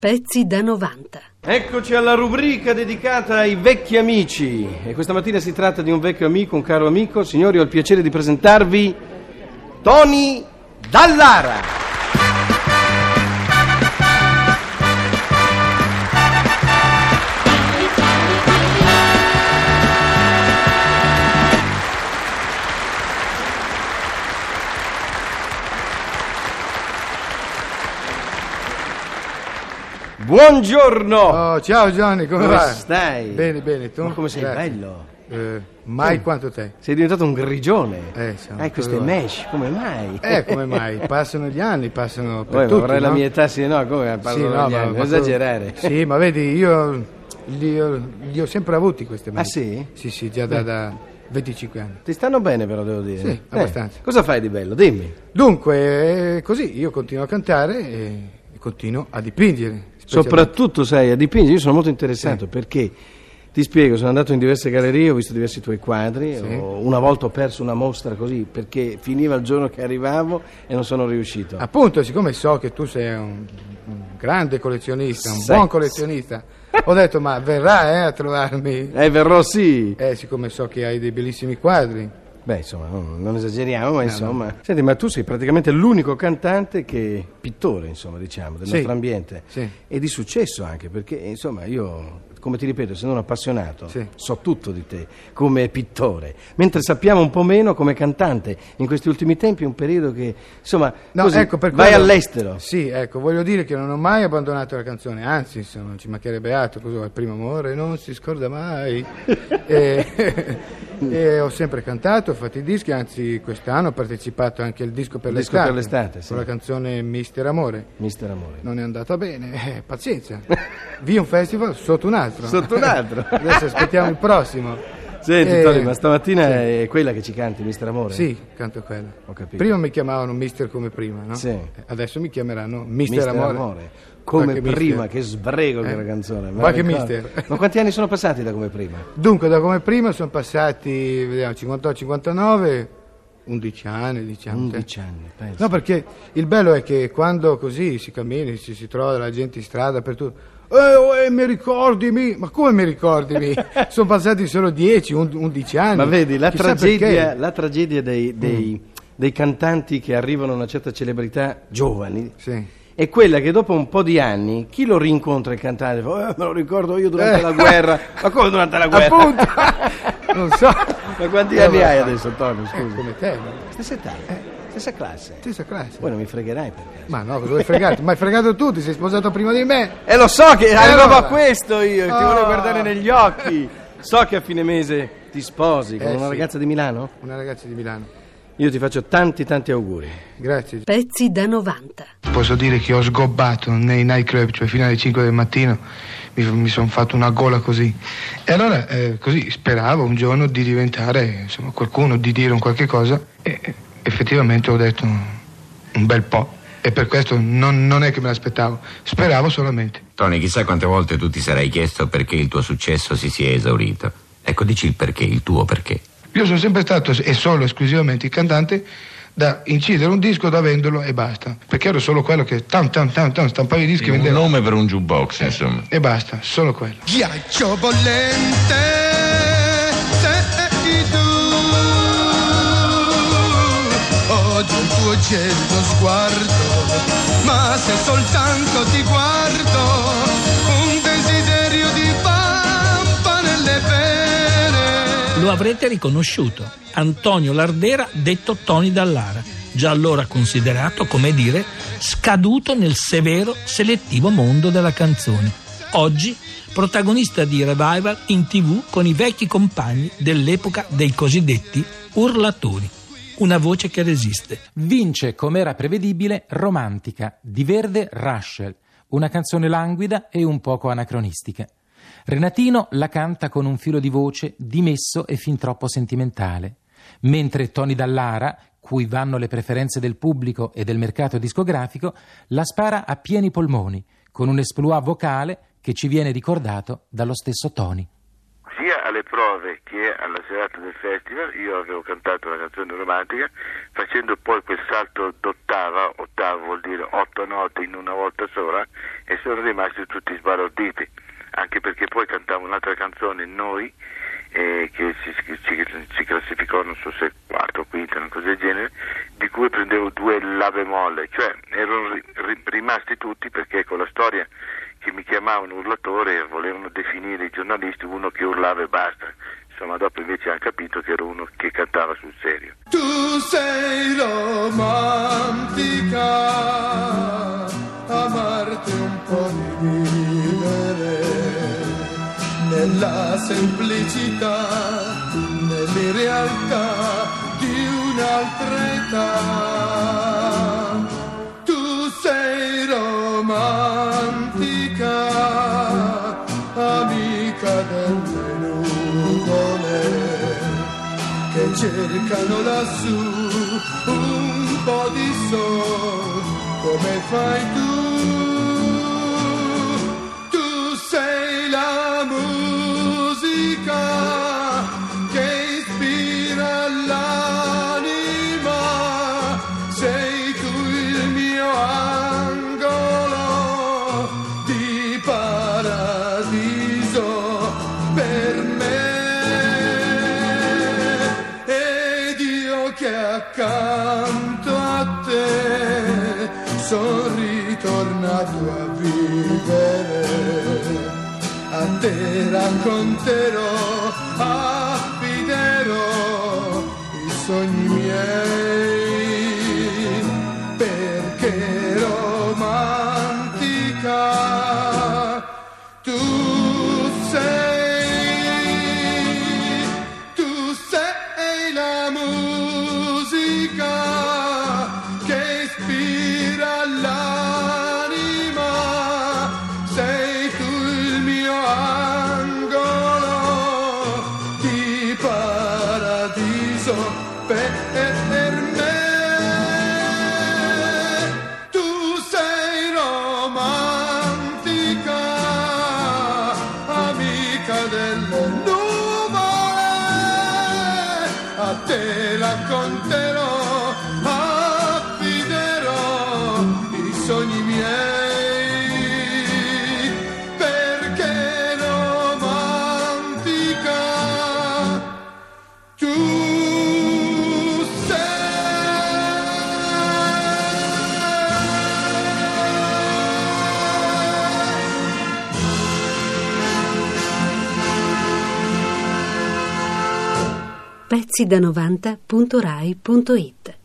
Pezzi da 90. Eccoci alla rubrica dedicata ai vecchi amici. E questa mattina si tratta di un vecchio amico, un caro amico. Signori, ho il piacere di presentarvi Tony Dallara. Buongiorno! Oh, ciao Johnny, come va? Stai? Bene, tu? Ma come sei Grazie. bello? Mai quanto te? Sei diventato un grigione. Queste cosa- mesh, come mai? Come mai? Passano gli anni, passano per Poi tutti, vorrei no? la mia età, sì, no, come parlo Sì, no, degli anni, non ma esagerare. Sì, ma vedi, io li ho sempre avuti queste Ah, mesi. sì? Sì, già da 25 anni. Ti stanno bene però, devo dire. Sì, abbastanza. Cosa fai di bello? Dimmi. Dunque, così, io continuo a cantare e continuo a dipingere. specialmente. Soprattutto sei a dipingere, io sono molto interessato perché, ti spiego, sono andato in diverse gallerie, ho visto diversi tuoi quadri, Sì. una volta ho perso una mostra così perché finiva il giorno che arrivavo e non sono riuscito. Appunto, siccome so che tu sei un grande collezionista, un Sì. buon collezionista, ho detto, ma verrà a trovarmi? Verrò sì. Siccome so che hai dei bellissimi quadri. Beh, insomma, non esageriamo, ma insomma... No. Senti, ma tu sei praticamente l'unico cantante pittore, insomma, diciamo, del nostro ambiente. Sì. E di successo anche, perché, insomma, io, come ti ripeto, essendo un appassionato, Sì. so tutto di te, come pittore. Mentre sappiamo un po' meno come cantante. In questi ultimi tempi è un periodo che, insomma, No, così, ecco, per vai quello- all'estero. Sì, ecco, voglio dire che non ho mai abbandonato la canzone, anzi, insomma, non ci mancherebbe altro, così, il primo amore non si scorda mai. E ho sempre cantato, ho fatto i dischi, anzi quest'anno ho partecipato anche al disco per Disco l'estate, per l'estate, sì. con la canzone Mister Amore. Mister Amore. Non è andata bene, pazienza. Via un festival sotto un altro. Sotto un altro. Adesso aspettiamo il prossimo. Senti, Tony, ma stamattina è quella che ci canti, Mister Amore? Sì, canto quella. Ho capito. Prima mi chiamavano Mister come prima, no? Sì. Adesso mi chiameranno Mister Mister Amore. Amore. Come Qualche prima, mister. che sbrego quella canzone. Ma che ricordo. mister. Ma quanti anni sono passati da come prima? Dunque, da come prima sono passati, vediamo, 58-59, 11 anni, diciamo. 11 anni, penso. No, perché il bello è che quando così si cammina, si trova la gente in strada per tutto. Mi ricordi? Ma come mi ricordi? Sono passati solo 10, 11 anni. Ma vedi, la Chissà tragedia dei cantanti che arrivano a una certa celebrità giovani Sì. è quella che dopo un po' di anni chi lo rincontra il cantante fa, me lo ricordo io durante la guerra. Ma come durante la guerra? Appunto. Non so. Ma quanti anni hai adesso, Antonio? Scusa. Come te, no? Stessa età, stessa classe. Stessa classe. Poi non mi fregherai per caso. Ma no, cosa vuoi fregarti? Ma hai fregato tu, ti sei sposato prima di me. E lo so che arrivavo allora? a questo io, ti Oh. volevo guardare negli occhi. So che a fine mese ti sposi con una sì. ragazza di Milano. Una ragazza di Milano. Io ti faccio tanti auguri. Grazie. Pezzi da 90. Posso dire che ho sgobbato nei nightclub, cioè fino alle 5 del mattino, mi sono fatto una gola così. E allora così speravo un giorno di diventare, insomma, qualcuno, di dire un qualche cosa, e effettivamente ho detto un bel po'. E per questo non è che me l'aspettavo, speravo solamente. Tony, chissà quante volte tu ti sarai chiesto perché il tuo successo si sia esaurito. Ecco, dici il perché, il tuo perché. Io sono sempre stato e solo esclusivamente il cantante da incidere un disco, da venderlo e basta. Perché ero solo quello che stampavi i dischi e Un vendeva. nome per un jukebox, insomma. E basta, solo quello. Ghiaccio bollente sei tu. Oggi il tuo gelido sguardo, ma se soltanto ti guardo, un desiderio di pampa nelle vene. Lo avrete riconosciuto, Antonio Lardera, detto Tony Dallara, già allora considerato, come dire, scaduto nel severo selettivo mondo della canzone. Oggi protagonista di revival in TV con i vecchi compagni dell'epoca dei cosiddetti urlatori. Una voce che resiste. Vince, come era prevedibile, Romantica, di Verde Rushel, una canzone languida e un poco anacronistica. Renatino la canta con un filo di voce dimesso e fin troppo sentimentale, mentre Tony Dallara, cui vanno le preferenze del pubblico e del mercato discografico, la spara a pieni polmoni, con un exploit vocale che ci viene ricordato dallo stesso Tony. Sia alle alle prove che alla serata del festival io avevo cantato una canzone romantica, facendo poi quel salto d'ottava, ottava vuol dire 8 note in una volta sola, e sono rimasti tutti sbalorditi, anche perché poi cantavo un'altra canzone, Noi, che si classificò, non so se quarto o quinto, una cosa del genere, di cui prendevo 2 la bemolle, cioè erano rimasti tutti, perché con la storia che mi chiamavano urlatore volevano definire i giornalisti uno che urlava e basta. Insomma, dopo invece hanno capito che era uno che cantava sul serio. Tu sei romantica, amarti un po' di vivere nella semplicità, nell'irrealtà di un'altra età. Tu sei romantica, amica delle nuvole che cercano lassù un po' di sol, come fai tu. Tu sei la musica che ispira l'anima, sei tu il mio angolo di paradiso per me, ed io che accanto a te sono ritornato a vivere, a te racconterò, affiderò i sogni miei, perché romantica tu sei la musica che ispira l'anima, sei tu il mio angolo di paradiso per me. Tu sei romantica, amica delle nuvole, a te racconterò, affiderò i sogni miei, perché romantica tu sei. Pezzi da 90.rai.it